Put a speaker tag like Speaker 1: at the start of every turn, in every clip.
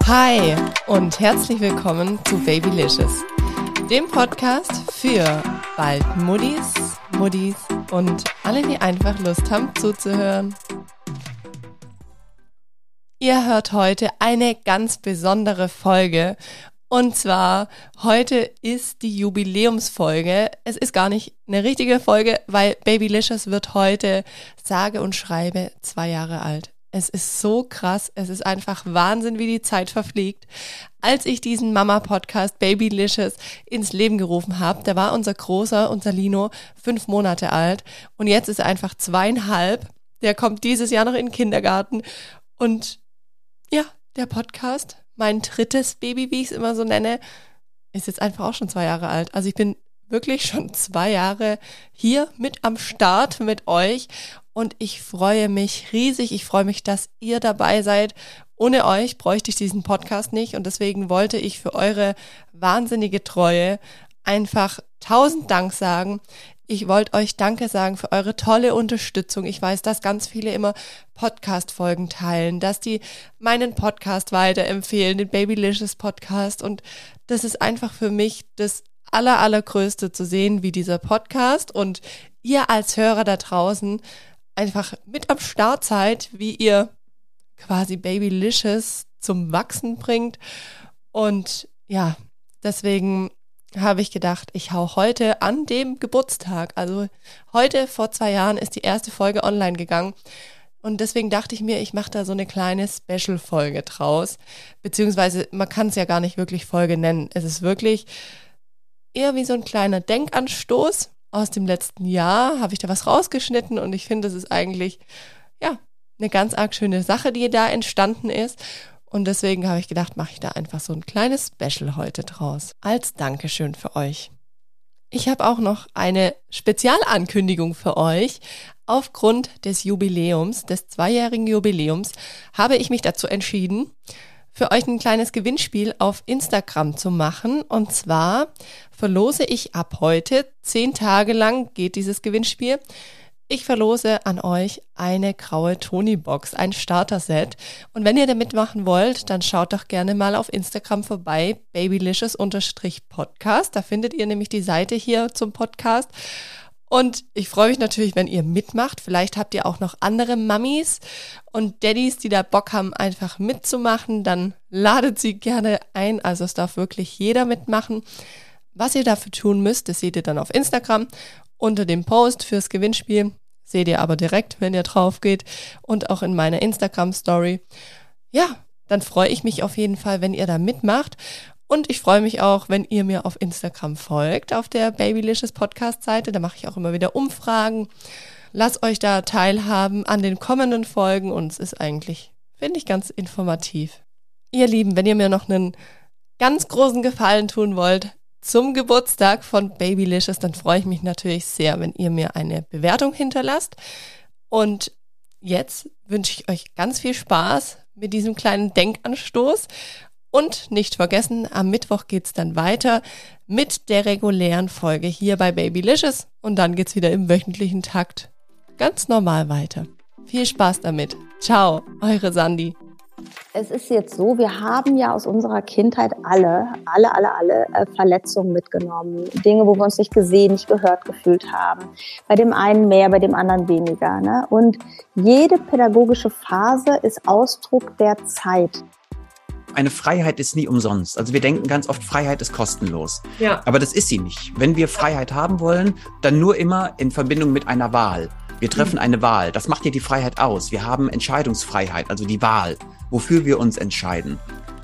Speaker 1: Hi und herzlich willkommen zu Babylicious, dem Podcast für bald Muddis und alle, die einfach Lust haben zuzuhören. Ihr hört heute eine ganz besondere Folge und zwar heute ist die Jubiläumsfolge. Es ist gar nicht eine richtige Folge, weil Babylicious wird heute sage und schreibe 2 Jahre alt. Es ist so krass, es ist einfach Wahnsinn, wie die Zeit verfliegt. Als ich diesen Mama-Podcast Babylicious ins Leben gerufen habe, da war unser Lino 5 Monate alt und jetzt ist er einfach 2,5. Der kommt dieses Jahr noch in den Kindergarten und ja, der Podcast, mein drittes Baby, wie ich es immer so nenne, ist jetzt einfach auch schon 2 Jahre alt. Also ich bin wirklich schon 2 Jahre hier mit am Start mit euch und ich freue mich riesig. Ich freue mich, dass ihr dabei seid. Ohne euch bräuchte ich diesen Podcast nicht und deswegen wollte ich für eure wahnsinnige Treue einfach 1000 Dank sagen. Ich wollte euch Danke sagen für eure tolle Unterstützung. Ich weiß, dass ganz viele immer Podcast-Folgen teilen, dass die meinen Podcast weiterempfehlen, den Babylicious Podcast. Und das ist einfach für mich das Allergrößte zu sehen, wie dieser Podcast und ihr als Hörer da draußen einfach mit am Start seid, wie ihr quasi Babylicious zum Wachsen bringt. Und ja, deswegen habe ich gedacht, ich hau heute an dem Geburtstag, also heute vor 2 Jahren ist die erste Folge online gegangen und deswegen dachte ich mir, ich mache da so eine kleine Special-Folge draus, beziehungsweise man kann es ja gar nicht wirklich Folge nennen, es ist wirklich eher wie so ein kleiner Denkanstoß aus dem letzten Jahr, habe ich da was rausgeschnitten und ich finde, das ist eigentlich, ja, eine ganz arg schöne Sache, die da entstanden ist. Und deswegen habe ich gedacht, mache ich da einfach so ein kleines Special heute draus. Als Dankeschön für euch. Ich habe auch noch eine Spezialankündigung für euch. Aufgrund des Jubiläums, des 2-jährigen Jubiläums, habe ich mich dazu entschieden, für euch ein kleines Gewinnspiel auf Instagram zu machen. Und zwar verlose ich ab heute, 10 Tage lang geht dieses Gewinnspiel. Ich verlose an euch eine graue Tony-Box, ein Starter-Set. Und wenn ihr da mitmachen wollt, dann schaut doch gerne mal auf Instagram vorbei, babylicious_podcast. Da findet ihr nämlich die Seite hier zum Podcast. Und ich freue mich natürlich, wenn ihr mitmacht. Vielleicht habt ihr auch noch andere Mamis und Daddys, die da Bock haben, einfach mitzumachen. Dann ladet sie gerne ein. Also es darf wirklich jeder mitmachen. Was ihr dafür tun müsst, das seht ihr dann auf Instagram. Unter dem Post fürs Gewinnspiel seht ihr aber direkt, wenn ihr drauf geht und auch in meiner Instagram-Story. Ja, dann freue ich mich auf jeden Fall, wenn ihr da mitmacht und ich freue mich auch, wenn ihr mir auf Instagram folgt, auf der Babylicious Podcast-Seite. Da mache ich auch immer wieder Umfragen. Lasst euch da teilhaben an den kommenden Folgen und es ist eigentlich, finde ich, ganz informativ. Ihr Lieben, wenn ihr mir noch einen ganz großen Gefallen tun wollt, zum Geburtstag von Babylicious, dann freue ich mich natürlich sehr, wenn ihr mir eine Bewertung hinterlasst. Und jetzt wünsche ich euch ganz viel Spaß mit diesem kleinen Denkanstoß. Und nicht vergessen, am Mittwoch geht's dann weiter mit der regulären Folge hier bei Babylicious. Und dann geht's wieder im wöchentlichen Takt ganz normal weiter. Viel Spaß damit. Ciao, eure Sandy.
Speaker 2: Es ist jetzt so, wir haben ja aus unserer Kindheit alle Verletzungen mitgenommen. Dinge, wo wir uns nicht gesehen, nicht gehört gefühlt haben. Bei dem einen mehr, bei dem anderen weniger, ne? Und jede pädagogische Phase ist Ausdruck der Zeit.
Speaker 3: Eine Freiheit ist nie umsonst. Also wir denken ganz oft, Freiheit ist kostenlos.
Speaker 1: Ja.
Speaker 3: Aber das ist sie nicht. Wenn wir Freiheit haben wollen, dann nur immer in Verbindung mit einer Wahl. Wir treffen eine Wahl. Das macht ja die Freiheit aus. Wir haben Entscheidungsfreiheit, also die Wahl, wofür wir uns entscheiden.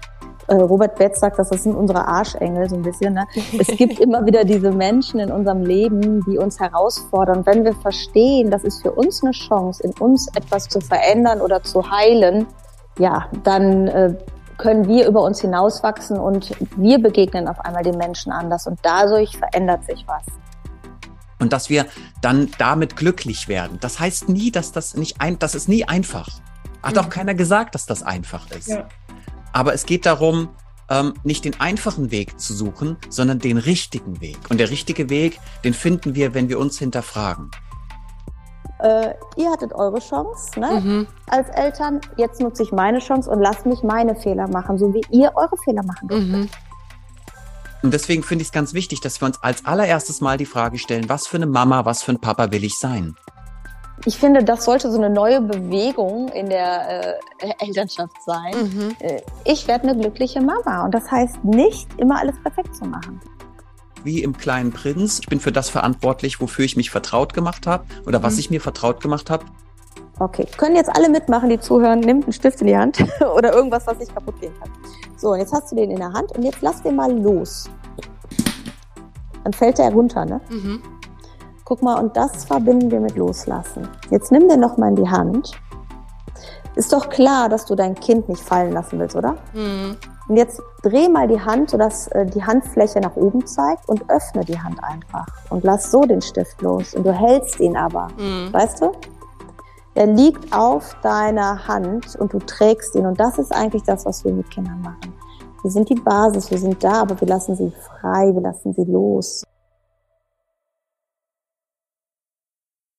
Speaker 2: Robert Betz sagt, das sind unsere Arschengel so ein bisschen. Ne? Es gibt immer wieder diese Menschen in unserem Leben, die uns herausfordern. Und wenn wir verstehen, das ist für uns eine Chance, in uns etwas zu verändern oder zu heilen, ja, dann können wir über uns hinauswachsen und wir begegnen auf einmal den Menschen anders. Und dadurch verändert sich was.
Speaker 3: Und dass wir dann damit glücklich werden. Das heißt nie, dass das ist nie einfach. Hat auch keiner gesagt, dass das einfach ist. Ja. Aber es geht darum, nicht den einfachen Weg zu suchen, sondern den richtigen Weg. Und der richtige Weg, den finden wir, wenn wir uns hinterfragen.
Speaker 2: ihr hattet eure Chance, ne? Als Eltern, jetzt nutze ich meine Chance und lasst mich meine Fehler machen, so wie ihr eure Fehler machen dürft.
Speaker 3: Und deswegen finde ich es ganz wichtig, dass wir uns als allererstes mal die Frage stellen, was für eine Mama, was für ein Papa will ich sein?
Speaker 2: Ich finde, das sollte so eine neue Bewegung in der Elternschaft sein. Ich werde eine glückliche Mama und das heißt nicht, immer alles perfekt zu machen.
Speaker 3: Wie im Kleinen Prinz, ich bin für das verantwortlich, wofür ich mich vertraut gemacht habe oder was ich mir vertraut gemacht habe.
Speaker 2: Okay, können jetzt alle mitmachen, die zuhören. Nimmt einen Stift in die Hand oder irgendwas, was nicht kaputt gehen kann. So, und jetzt hast du den in der Hand und jetzt lass den mal los. Dann fällt der runter, ne? Guck mal, und das verbinden wir mit Loslassen. Jetzt nimm den nochmal in die Hand. Ist doch klar, dass du dein Kind nicht fallen lassen willst, oder? Und jetzt dreh mal die Hand, sodass die Handfläche nach oben zeigt und öffne die Hand einfach. Und lass so den Stift los. Und du hältst ihn aber, weißt du? Er liegt auf deiner Hand und du trägst ihn. Und das ist eigentlich das, was wir mit Kindern machen. Wir sind die Basis, wir sind da, aber wir lassen sie frei, wir lassen sie los.